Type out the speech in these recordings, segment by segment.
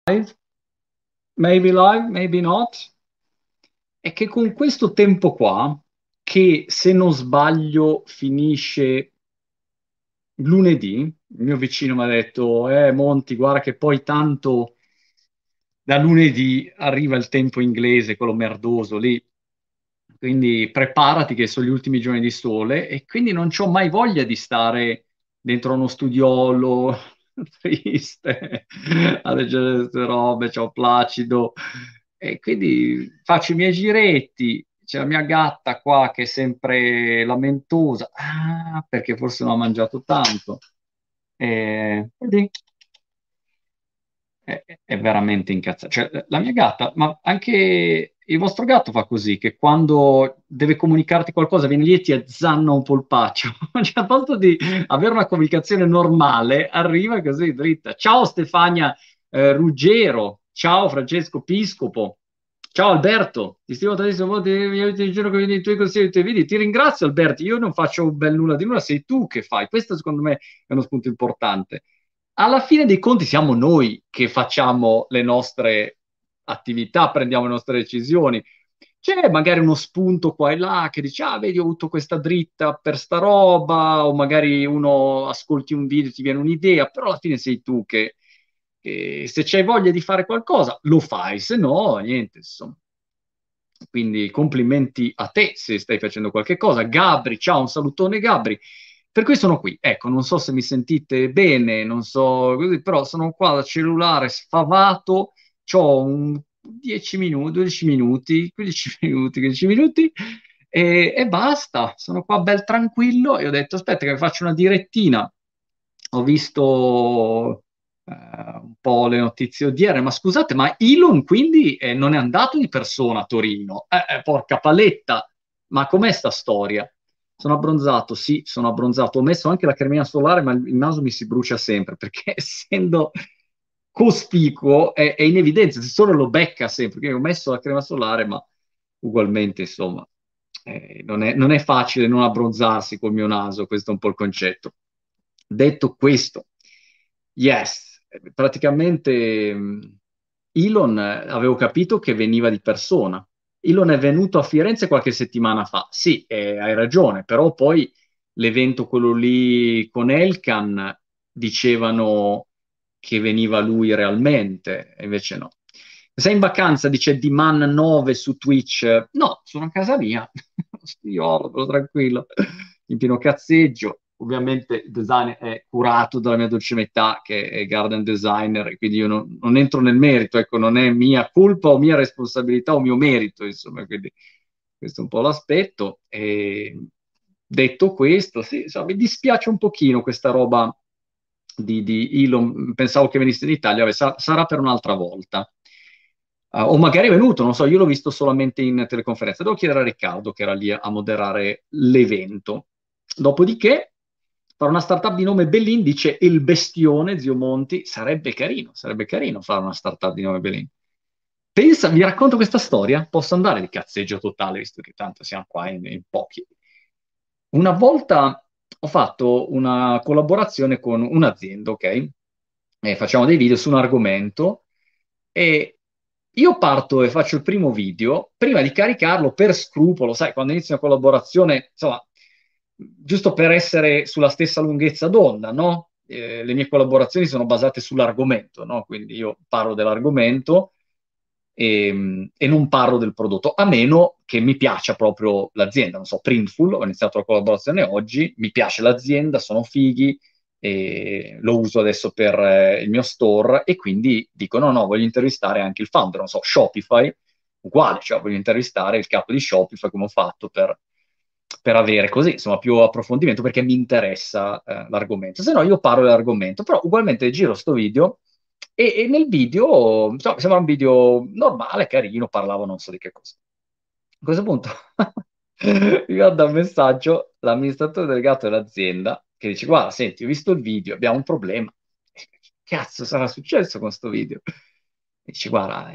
live, maybe not, è che con questo tempo qua, che se non sbaglio finisce lunedì, il mio vicino mi ha detto, Monti, guarda che poi tanto da lunedì arriva il tempo inglese, quello merdoso lì, quindi preparati che sono gli ultimi giorni di sole e quindi non c'ho mai voglia di stare dentro uno studiolo triste a leggere queste robe, c'ho placido e quindi faccio i miei giretti. C'è la mia gatta qua che è sempre lamentosa, perché forse non ha mangiato tanto. Vedi? È veramente incazzata. Cioè, la mia gatta, ma anche il vostro gatto fa così, che quando deve comunicarti qualcosa viene lì e ti azzanna un polpaccio. Cioè, al posto di avere una comunicazione normale, arriva così dritta. Ciao Stefania Ruggero, ciao Francesco Piscopo, ciao Alberto, ti stimo tantissimo, ti giuro che vedi i tuoi consigli, i tuoi video. Ti ringrazio Alberto, io non faccio un bel nulla di nulla, sei tu che fai. Questo secondo me è uno spunto importante. Alla fine dei conti siamo noi che facciamo le nostre attività, prendiamo le nostre decisioni. C'è magari uno spunto qua e là che dice, ah, vedi, ho avuto questa dritta per sta roba, o magari uno ascolti un video e ti viene un'idea, però alla fine sei tu che se c'hai voglia di fare qualcosa, lo fai, se no, niente, insomma. Quindi complimenti a te se stai facendo qualche cosa. Gabri, ciao, un salutone Gabri. Per cui sono qui. Ecco, non so se mi sentite bene, non so così, però sono qua da cellulare sfavato, c'ho un 10 minuti, 12 minuti, 15 minuti, 15 minuti e basta. Sono qua bel tranquillo e ho detto, aspetta che faccio una direttina. Ho visto un po' le notizie odierne, ma scusate, ma Elon quindi non è andato di persona a Torino? Porca paletta, ma com'è sta storia? Sono abbronzato, sì, sono abbronzato. Ho messo anche la cremina solare, ma il naso mi si brucia sempre perché essendo cospicuo è in evidenza, se solo lo becca sempre. Quindi ho messo la crema solare, ma ugualmente, insomma, non è facile non abbronzarsi col mio naso, questo è un po' il concetto. Detto questo, yes, praticamente Elon avevo capito che veniva di persona. Elon è venuto a Firenze qualche settimana fa. Sì, hai ragione, però poi l'evento quello lì con Elkan dicevano che veniva lui realmente, e invece no. Sei in vacanza, dice Diman 9 su Twitch. No, sono a casa mia. Studiolo, però tranquillo, in pieno cazzeggio. Ovviamente il design è curato dalla mia dolce metà, che è garden designer, e quindi io non entro nel merito, ecco, non è mia colpa o mia responsabilità o mio merito, insomma, quindi questo è un po' l'aspetto. E detto questo, sì, insomma, mi dispiace un pochino questa roba di Elon, pensavo che venisse in Italia, vabbè, sarà per un'altra volta. O magari è venuto, non so, io l'ho visto solamente in teleconferenza. Devo chiedere a Riccardo, che era lì a moderare l'evento. Dopodiché, fare una startup di nome Bellin, dice il bestione, zio Monti, sarebbe carino fare una startup di nome Bellin. Pensa, vi racconto questa storia? Posso andare di cazzeggio totale, visto che tanto siamo qua in pochi. Una volta ho fatto una collaborazione con un'azienda, ok? E facciamo dei video su un argomento e io parto e faccio il primo video prima di caricarlo per scrupolo, sai, quando inizia una collaborazione, insomma, giusto per essere sulla stessa lunghezza d'onda, no? Le mie collaborazioni sono basate sull'argomento, no? Quindi io parlo dell'argomento e non parlo del prodotto, a meno che mi piaccia proprio l'azienda. Non so, Printful, ho iniziato la collaborazione oggi, mi piace l'azienda, sono fighi, e lo uso adesso per il mio store e quindi dico no, no, voglio intervistare anche il founder, non so, Shopify, uguale, cioè voglio intervistare il capo di Shopify come ho fatto per avere così, insomma, più approfondimento perché mi interessa l'argomento. Se no io parlo dell'argomento, però ugualmente giro sto video e nel video, insomma, sembra un video normale, carino, parlavo non so di che cosa. A questo punto mi manda un messaggio l'amministratore delegato dell'azienda che dice: Guarda, senti, ho visto il video, abbiamo un problema. Che cazzo sarà successo con questo video? E dice: Guarda,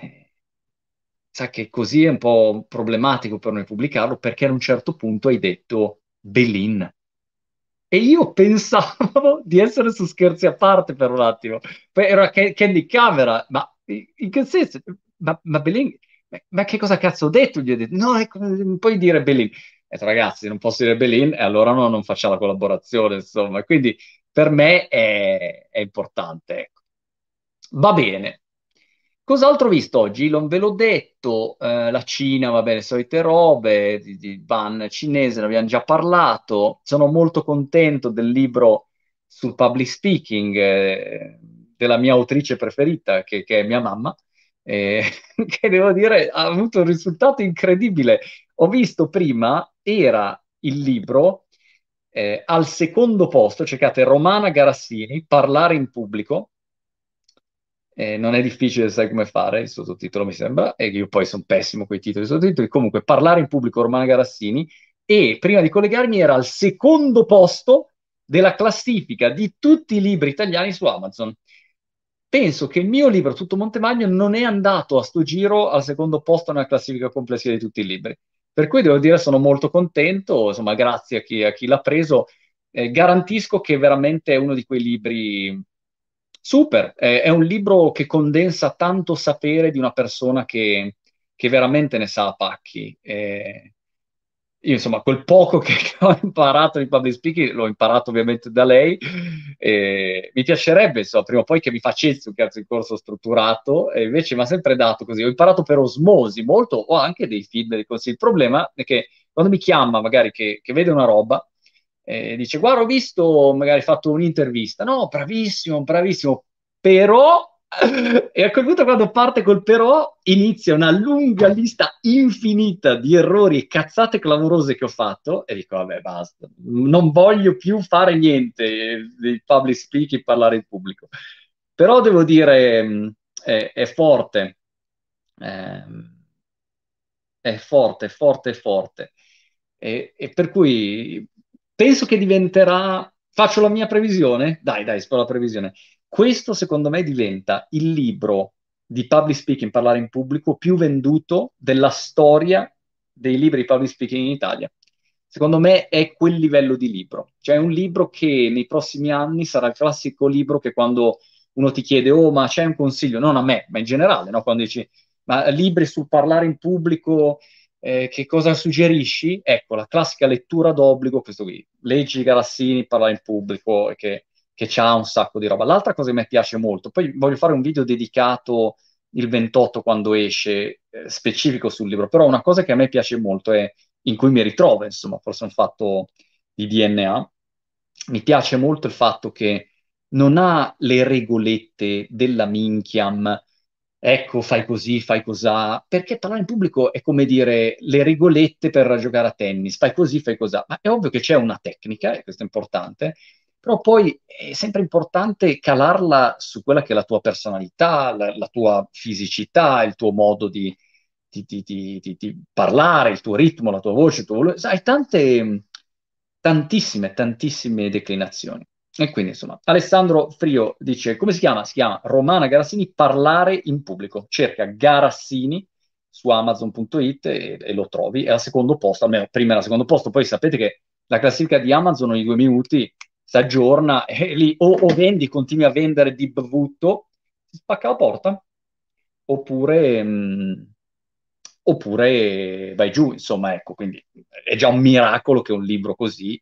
sa che così è un po' problematico per noi pubblicarlo perché a un certo punto hai detto Belin. E io pensavo di essere su Scherzi a parte per un attimo. Poi era Candy Camera, ma In che senso? Ma Bellini, ma che cosa cazzo ho detto? Gli ho detto, no, non puoi dire Bellini. Ho detto, ragazzi, non posso dire Bellini, e allora non faccia la collaborazione, insomma. Quindi per me è importante, ecco. Va bene. Cos'altro ho visto oggi? Non ve l'ho detto, la Cina, va bene, solite robe, di ban cinese, ne abbiamo già parlato. Sono molto contento del libro sul public speaking, della mia autrice preferita, che è mia mamma, eh, che devo dire ha avuto un risultato incredibile. Ho visto prima, era il libro al secondo posto, cercate Romana Garassini, Parlare in pubblico. Non è difficile, sai come fare il sottotitolo, mi sembra, e io poi sono pessimo con i titoli e sottotitoli. Comunque, Parlare in pubblico, Romana Garassini, e prima di collegarmi era al secondo posto della classifica di tutti i libri italiani su Amazon. Penso che il mio libro, Tutto Montemagno, non è andato a sto giro al secondo posto nella classifica complessiva di tutti i libri. Per cui devo dire sono molto contento, insomma, grazie a chi l'ha preso. Garantisco che veramente è uno di quei libri super. È un libro che condensa tanto sapere di una persona che veramente ne sa a pacchi. Io, insomma, quel poco che ho imparato di public speaking l'ho imparato ovviamente da lei. Mi piacerebbe, insomma, prima o poi che mi facessi un cazzo di corso strutturato, e invece mi ha sempre dato così. Ho imparato per osmosi molto, ho anche dei feedback, dei consigli. Il problema è che quando mi chiama, magari che vede una roba, dice, guarda, ho visto, magari fatto un'intervista. No, bravissimo, bravissimo, però... E a quel punto, quando parte col però, inizia una lunga lista infinita di errori e cazzate clamorose che ho fatto, e dico, vabbè, basta, non voglio più fare niente di public speaking, parlare in pubblico. Però devo dire, è forte, ehm, è forte, forte, forte. E per cui penso che diventerà. Faccio la mia previsione? Dai, dai, spero la previsione. Questo, secondo me, diventa il libro di public speaking, parlare in pubblico, più venduto della storia dei libri di public speaking in Italia. Secondo me è quel livello di libro. Cioè è un libro che nei prossimi anni sarà il classico libro che quando uno ti chiede, oh, ma c'è un consiglio? Non a me, ma in generale, no? Quando dici, ma libri sul parlare in pubblico, che cosa suggerisci? Ecco, la classica lettura d'obbligo, questo qui, leggi Garassini, parlare in pubblico, che c'ha un sacco di roba. L'altra cosa che mi piace molto, poi voglio fare un video dedicato il 28 quando esce, specifico sul libro, però una cosa che a me piace molto è in cui mi ritrovo, insomma, forse un fatto di DNA. Mi piace molto il fatto che non ha le regolette della minchiam, ecco, fai così, fai cosà, perché parlare in pubblico è come dire le regolette per giocare a tennis, fai così, fai cosà, ma è ovvio che c'è una tecnica, e questo è importante, però poi è sempre importante calarla su quella che è la tua personalità, la tua fisicità, il tuo modo di parlare, il tuo ritmo, la tua voce, il tuo volume. Sai, tantissime, tantissime declinazioni. E quindi, insomma, Alessandro Frio dice, come si chiama? Si chiama Romana Garassini, Parlare in pubblico. Cerca Garassini su Amazon.it e lo trovi. È al secondo posto, almeno prima era al secondo posto. Poi sapete che la classifica di Amazon ogni 2 minuti si aggiorna e lì o vendi, continui a vendere di brutto, si spacca la porta, oppure, oppure vai giù, insomma, ecco, quindi è già un miracolo che un libro così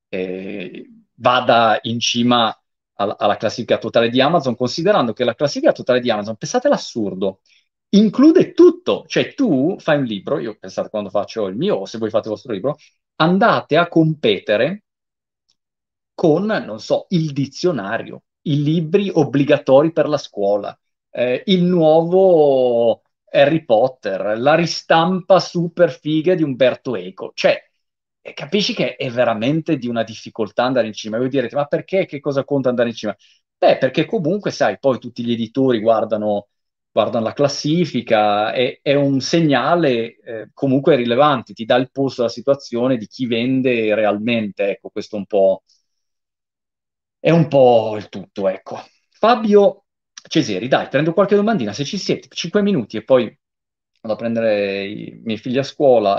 vada in cima alla classifica totale di Amazon, considerando che la classifica totale di Amazon, pensate l'assurdo, include tutto, cioè tu fai un libro, io pensate quando faccio il mio, o se voi fate il vostro libro, andate a competere con, non so, il dizionario, i libri obbligatori per la scuola, il nuovo Harry Potter, la ristampa super figa di Umberto Eco. Cioè, capisci che è veramente di una difficoltà andare in cima. E voi direte, ma perché? Che cosa conta andare in cima? Beh, perché comunque, sai, poi tutti gli editori guardano la classifica, è un segnale comunque rilevante, ti dà il polso della situazione di chi vende realmente. Ecco, questo è un po' il tutto, ecco. Fabio Ceseri, dai, prendo qualche domandina, se ci siete, 5 minuti e poi vado a prendere i miei figli a scuola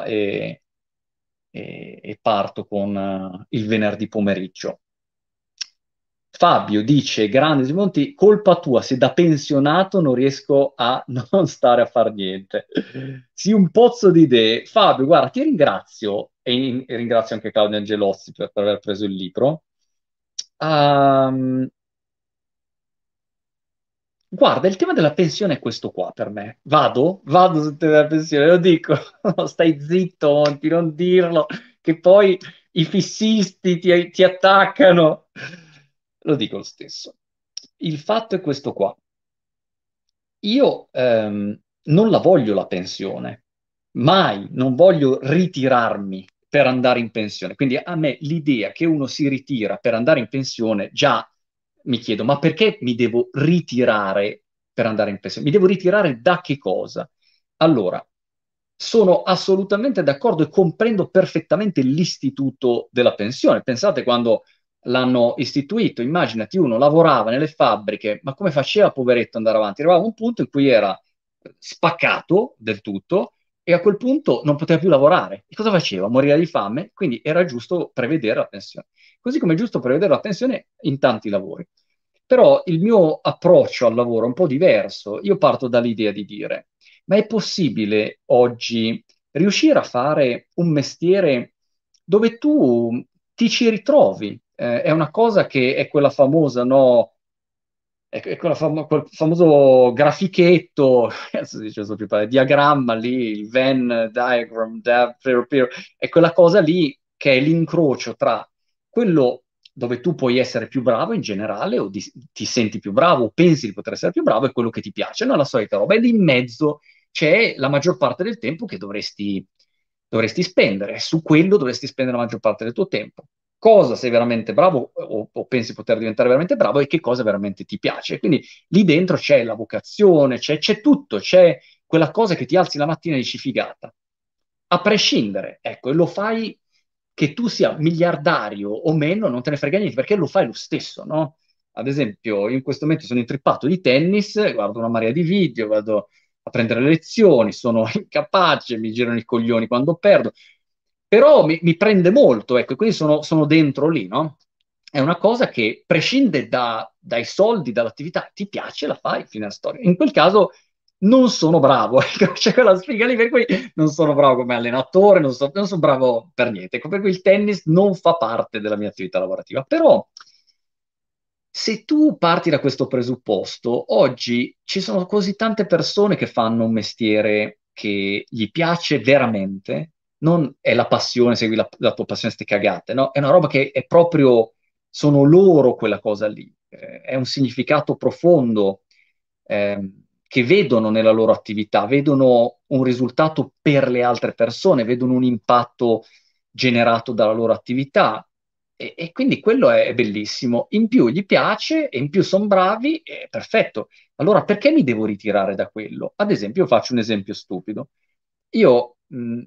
e parto con il venerdì pomeriggio. Fabio dice, grande Simonti, colpa tua, se da pensionato non riesco a non stare a far niente. Sì, un pozzo di idee. Fabio, guarda, ti ringrazio e ringrazio anche Claudio Angelozzi per aver preso il libro. Ehm, Guarda, il tema della pensione è questo qua per me. Vado sul tema della pensione, lo dico, stai zitto, Monti, non dirlo, che poi i fissisti ti attaccano. Lo dico lo stesso. Il fatto è questo qua. Io non la voglio la pensione, mai, non voglio ritirarmi per andare in pensione. Quindi a me l'idea che uno si ritira per andare in pensione, già mi chiedo, ma perché mi devo ritirare per andare in pensione? Mi devo ritirare da che cosa? Allora, sono assolutamente d'accordo e comprendo perfettamente l'istituto della pensione. Pensate quando l'hanno istituito, immaginati uno lavorava nelle fabbriche, ma come faceva poveretto ad andare avanti? Arrivava a un punto in cui era spaccato del tutto e a quel punto non poteva più lavorare. E cosa faceva? Moriva di fame, quindi era giusto prevedere la pensione. Così come è giusto prevedere la pensione in tanti lavori. Però il mio approccio al lavoro è un po' diverso. Io parto dall'idea di dire, ma è possibile oggi riuscire a fare un mestiere dove tu ti ci ritrovi? È una cosa che è quella famosa, no? È quel famoso grafichetto, adesso dice so più parole, diagramma lì, il Venn diagram, è quella cosa lì che è l'incrocio tra quello dove tu puoi essere più bravo in generale, ti senti più bravo, o pensi di poter essere più bravo, e quello che ti piace, non è la solita roba. E lì in mezzo c'è la maggior parte del tempo che dovresti spendere, su quello dovresti spendere la maggior parte del tuo tempo. Cosa sei veramente bravo o pensi poter diventare veramente bravo e che cosa veramente ti piace. Quindi lì dentro c'è la vocazione, c'è tutto, c'è quella cosa che ti alzi la mattina e dici figata. A prescindere, ecco, e lo fai che tu sia miliardario o meno, non te ne frega niente perché lo fai lo stesso, no? Ad esempio, io in questo momento sono intrippato di tennis, guardo una marea di video, vado a prendere le lezioni, sono incapace, mi girano i coglioni quando perdo, però mi prende molto, ecco, e quindi sono dentro lì, no? È una cosa che prescinde dai soldi, dall'attività, ti piace, la fai, fine della storia. In quel caso non sono bravo, ecco, c'è quella sfiga lì per cui non sono bravo come allenatore, non sono bravo per niente, ecco, per cui il tennis non fa parte della mia attività lavorativa, però se tu parti da questo presupposto, oggi ci sono così tante persone che fanno un mestiere che gli piace veramente, non è la passione, segui la tua passione, ste cagate, no? È una roba che è proprio, sono loro quella cosa lì. È un significato profondo che vedono nella loro attività, vedono un risultato per le altre persone, vedono un impatto generato dalla loro attività e quindi quello è bellissimo. In più gli piace e in più sono bravi, è perfetto. Allora perché mi devo ritirare da quello? Ad esempio, io faccio un esempio stupido. Io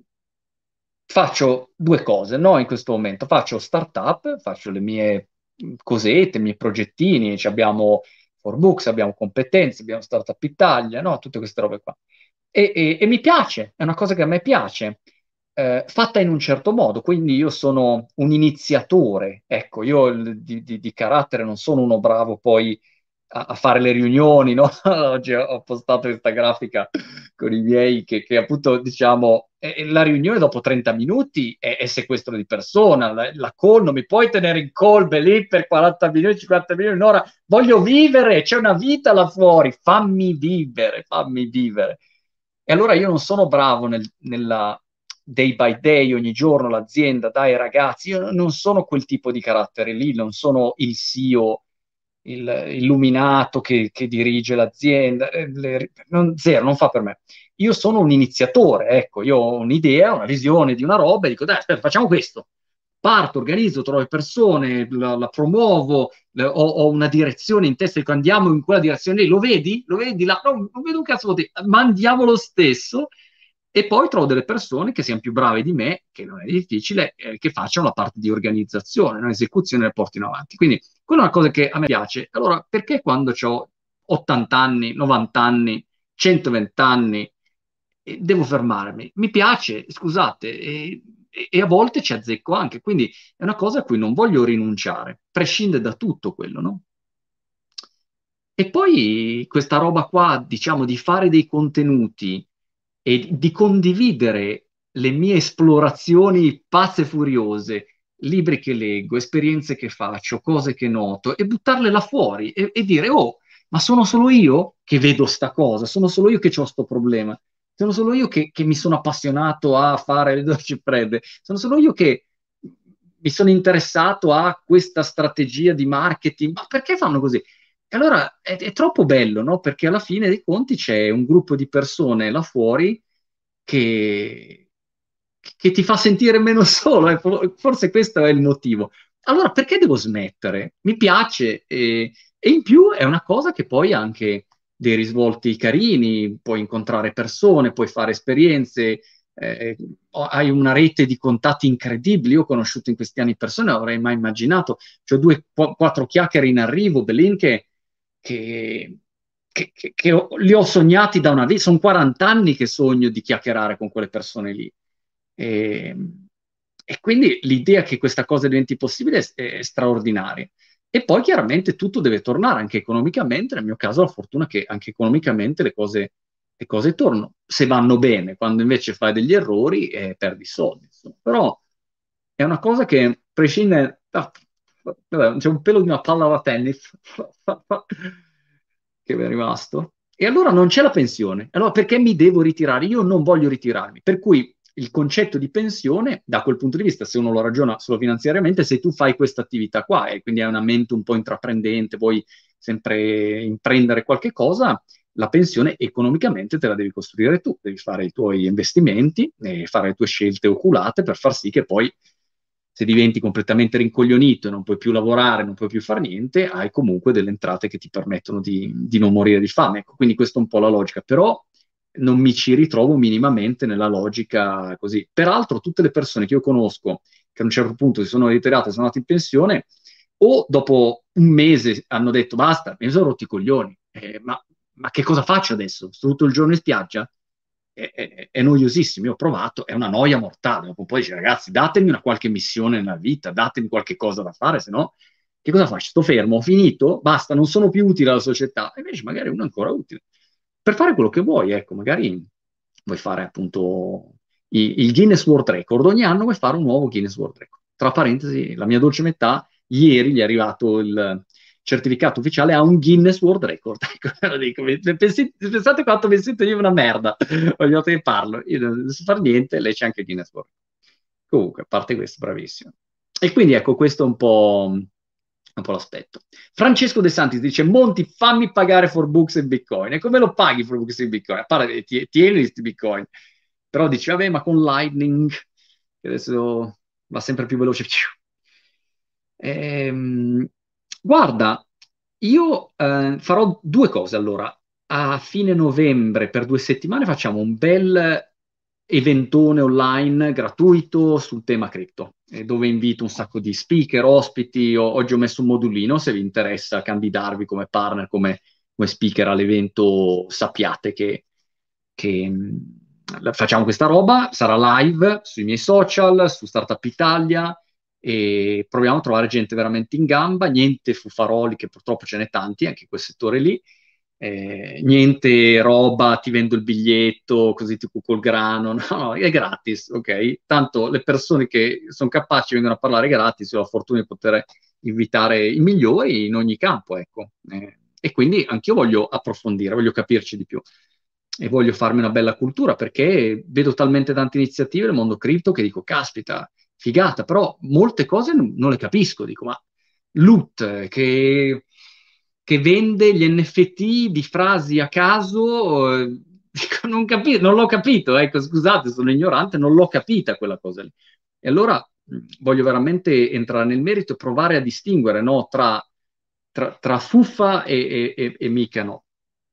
faccio due cose, no? In questo momento faccio startup, faccio le mie cosette, i miei progettini, abbiamo Forbooks, abbiamo competenze, abbiamo Startup Italia, no? Tutte queste robe qua. E mi piace, è una cosa che a me piace, fatta in un certo modo, quindi io sono un iniziatore, ecco, io di carattere non sono uno bravo poi a fare le riunioni, no? Oggi ho postato questa grafica con i miei che appunto diciamo la riunione dopo 30 minuti è sequestro di persona, la call non mi puoi tenere in call beh, lì per 40 minuti, 50 minuti, un'ora, voglio vivere, c'è una vita là fuori, fammi vivere, fammi vivere. E allora io non sono bravo nella day by day, ogni giorno l'azienda, dai ragazzi, io non sono quel tipo di carattere lì, non sono il CEO illuminato che dirige l'azienda, zero, non fa per me. Io sono un iniziatore, ecco, io ho un'idea, una visione di una roba e dico, dai, aspetta, facciamo questo. Parto, organizzo, trovo le persone, la promuovo, ho una direzione in testa, dico andiamo in quella direzione lì, lo vedi? Lo vedi là? No, non vedo un cazzo di te, ma andiamo lo stesso. E poi trovo delle persone che siano più brave di me, che non è difficile, che facciano la parte di organizzazione, no? Esecuzione e le portino avanti. Quindi quella è una cosa che a me piace. Allora, perché quando ho 80 anni, 90 anni, 120 anni, devo fermarmi? Mi piace, scusate, e a volte ci azzecco anche, quindi è una cosa a cui non voglio rinunciare, prescinde da tutto quello, no? E poi questa roba qua, diciamo, di fare dei contenuti e di condividere le mie esplorazioni pazze e furiose, libri che leggo, esperienze che faccio, cose che noto, e buttarle là fuori e dire, oh, ma sono solo io che vedo sta cosa, sono solo io che ho sto problema, sono solo io che mi sono appassionato a fare le docce fredde, sono solo io che mi sono interessato a questa strategia di marketing, ma perché fanno così? E allora è troppo bello, no? Perché alla fine dei conti c'è un gruppo di persone là fuori che, che ti fa sentire meno solo. Forse questo è il motivo. Allora, perché devo smettere? Mi piace e in più è una cosa che poi ha anche dei risvolti carini, puoi incontrare persone, puoi fare esperienze, eh, hai una rete di contatti incredibili. Io ho conosciuto in questi anni persone, non avrei mai immaginato. C'ho due, quattro chiacchiere in arrivo, Belin, che, li ho sognati da una vita. Sono 40 anni che sogno di chiacchierare con quelle persone lì. E, e quindi l'idea che questa cosa diventi possibile è straordinaria. E poi chiaramente tutto deve tornare anche economicamente. Nel mio caso, la fortuna è che anche economicamente le cose tornano. Se vanno bene, quando invece fai degli errori, perdi soldi. Insomma. Però è una cosa che prescinde. Vabbè, c'è un pelo di una palla da tennis che mi è rimasto. E allora non c'è la pensione. Allora perché mi devo ritirare? Io non voglio ritirarmi. Per cui il concetto di pensione, da quel punto di vista, se uno lo ragiona solo finanziariamente, se tu fai questa attività qua e quindi hai una mente un po' intraprendente, vuoi sempre imprendere qualche cosa, la pensione economicamente te la devi costruire tu, devi fare i tuoi investimenti e fare le tue scelte oculate per far sì che poi se diventi completamente rincoglionito e non puoi più lavorare, non puoi più fare niente, hai comunque delle entrate che ti permettono di non morire di fame. Ecco, quindi questa è un po' la logica, però non mi ci ritrovo minimamente nella logica così. Peraltro, tutte le persone che io conosco che a un certo punto si sono ritirate e sono andate in pensione, o dopo un mese hanno detto basta, mi sono rotti i coglioni, ma che cosa faccio adesso? Sto tutto il giorno in spiaggia? È noiosissimo. Io ho provato, è una noia mortale. Dopo poi dici, ragazzi, datemi una qualche missione nella vita, datemi qualche cosa da fare, se no, che cosa faccio? Sto fermo, ho finito, basta, non sono più utile alla società. E invece magari uno è ancora utile. Per fare quello che vuoi, ecco, magari vuoi fare appunto il Guinness World Record. Ogni anno vuoi fare un nuovo Guinness World Record. Tra parentesi, la mia dolce metà, ieri gli è arrivato il certificato ufficiale a un Guinness World Record. Ecco, ve lo dico. Pensate quanto mi sento io una merda ogni volta che parlo. Io non so fare niente, lei c'è anche il Guinness World. Comunque, a parte questo, bravissimo. E quindi ecco, questo è un po' l'aspetto. Francesco De Santis dice: Monti, fammi pagare for books in Bitcoin. E come lo paghi for books in Bitcoin? A parte tieni questi Bitcoin. Però dici, vabbè, ma con Lightning, che adesso va sempre più veloce. Ehm, guarda, io farò due cose allora. A fine novembre, per 2 settimane, facciamo un bel eventone online gratuito sul tema cripto, dove invito un sacco di speaker, ospiti. Oggi ho messo un modulino, se vi interessa candidarvi come partner, come speaker all'evento, sappiate che facciamo questa roba, sarà live sui miei social, su Startup Italia e proviamo a trovare gente veramente in gamba, niente fufaroli, che purtroppo ce n'è tanti anche in quel settore lì, niente roba, ti vendo il biglietto, così ti cuco il grano, no, no, è gratis, ok? Tanto le persone che sono capaci vengono a parlare gratis, ho la fortuna di poter invitare i migliori in ogni campo, ecco. E quindi anch'io voglio approfondire, voglio capirci di più e voglio farmi una bella cultura perché vedo talmente tante iniziative nel mondo cripto che dico, caspita, figata, però molte cose non le capisco. Dico, ma Loot che vende gli NFT di frasi a caso, dico, non l'ho capito, ecco, scusate, sono ignorante, non l'ho capita quella cosa lì. E allora voglio veramente entrare nel merito e provare a distinguere, no, tra fuffa e mica no.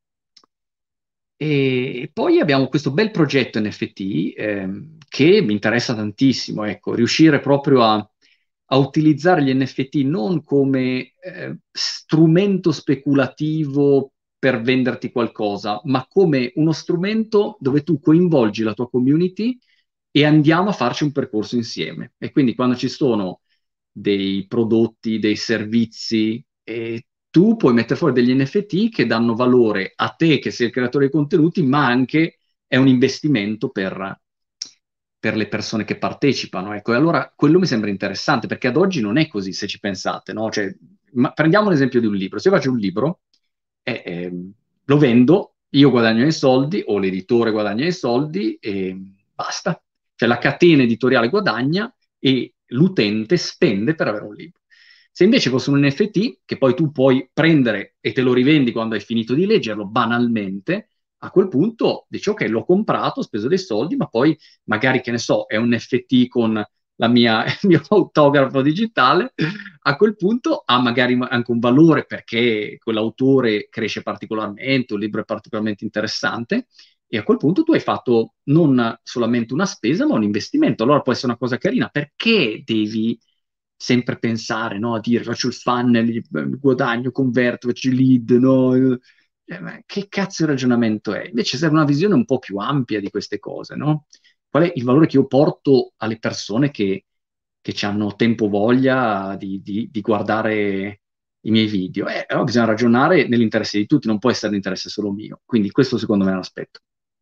E poi abbiamo questo bel progetto NFT che mi interessa tantissimo, ecco, riuscire proprio a utilizzare gli NFT non come strumento speculativo per venderti qualcosa, ma come uno strumento dove tu coinvolgi la tua community e andiamo a farci un percorso insieme. E quindi quando ci sono dei prodotti, dei servizi, tu puoi mettere fuori degli NFT che danno valore a te che sei il creatore dei contenuti, ma anche è un investimento per le persone che partecipano. Ecco, e allora quello mi sembra interessante perché ad oggi non è così, se ci pensate, no? Cioè, prendiamo l'esempio di un libro. Se io faccio un libro, lo vendo, io guadagno i soldi o l'editore guadagna i soldi e basta. Cioè la catena editoriale guadagna e l'utente spende per avere un libro. Se invece fosse un NFT, che poi tu puoi prendere e te lo rivendi quando hai finito di leggerlo, banalmente, a quel punto dici ok, l'ho comprato, ho speso dei soldi, ma poi magari, che ne so, è un NFT con il mio autografo digitale, a quel punto ha magari anche un valore perché quell'autore cresce particolarmente, un libro è particolarmente interessante, e a quel punto tu hai fatto non solamente una spesa, ma un investimento. Allora può essere una cosa carina, perché devi sempre pensare, no, a dire faccio il funnel, guadagno, converto, faccio i lead, no? Ma che cazzo di ragionamento è? Invece serve una visione un po' più ampia di queste cose, no? Qual è il valore che io porto alle persone che hanno tempo voglia di guardare i miei video? Allora bisogna ragionare nell'interesse di tutti, non può essere l'interesse solo mio. Quindi questo secondo me è un aspetto.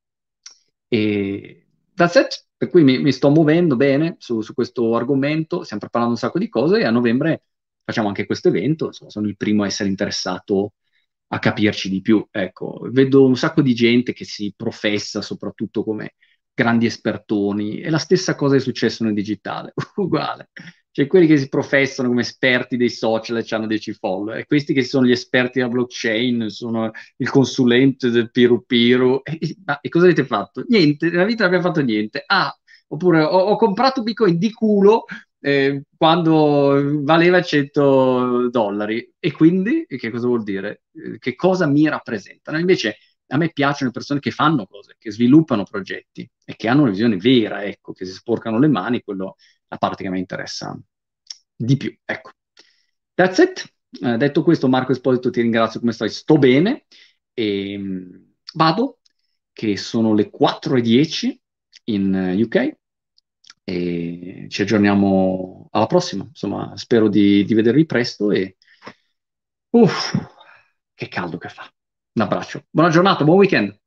E that's it. Per cui mi sto muovendo bene su questo argomento, stiamo preparando un sacco di cose e a novembre facciamo anche questo evento. Insomma, sono il primo a essere interessato a capirci di più. Ecco, vedo un sacco di gente che si professa soprattutto come grandi espertoni e la stessa cosa è successo nel digitale, uguale. Cioè quelli che si professano come esperti dei social e hanno 10 follower, e questi che sono gli esperti della blockchain, sono il consulente del Piru. E cosa avete fatto? Niente, nella vita non abbiamo fatto niente. Ah, oppure ho comprato Bitcoin di culo quando valeva 100 dollari. E quindi, che cosa vuol dire? Che cosa mi rappresentano? Invece a me piacciono le persone che fanno cose, che sviluppano progetti e che hanno una visione vera, ecco, che si sporcano le mani, quello è la parte che mi interessa di più. Ecco. That's it. Detto questo, Marco Esposito, ti ringrazio, come stai? Sto bene e vado, che sono le 4:10 in UK e ci aggiorniamo alla prossima. Insomma, spero di vedervi presto e uff, che caldo che fa. Un abbraccio. Buona giornata, buon weekend.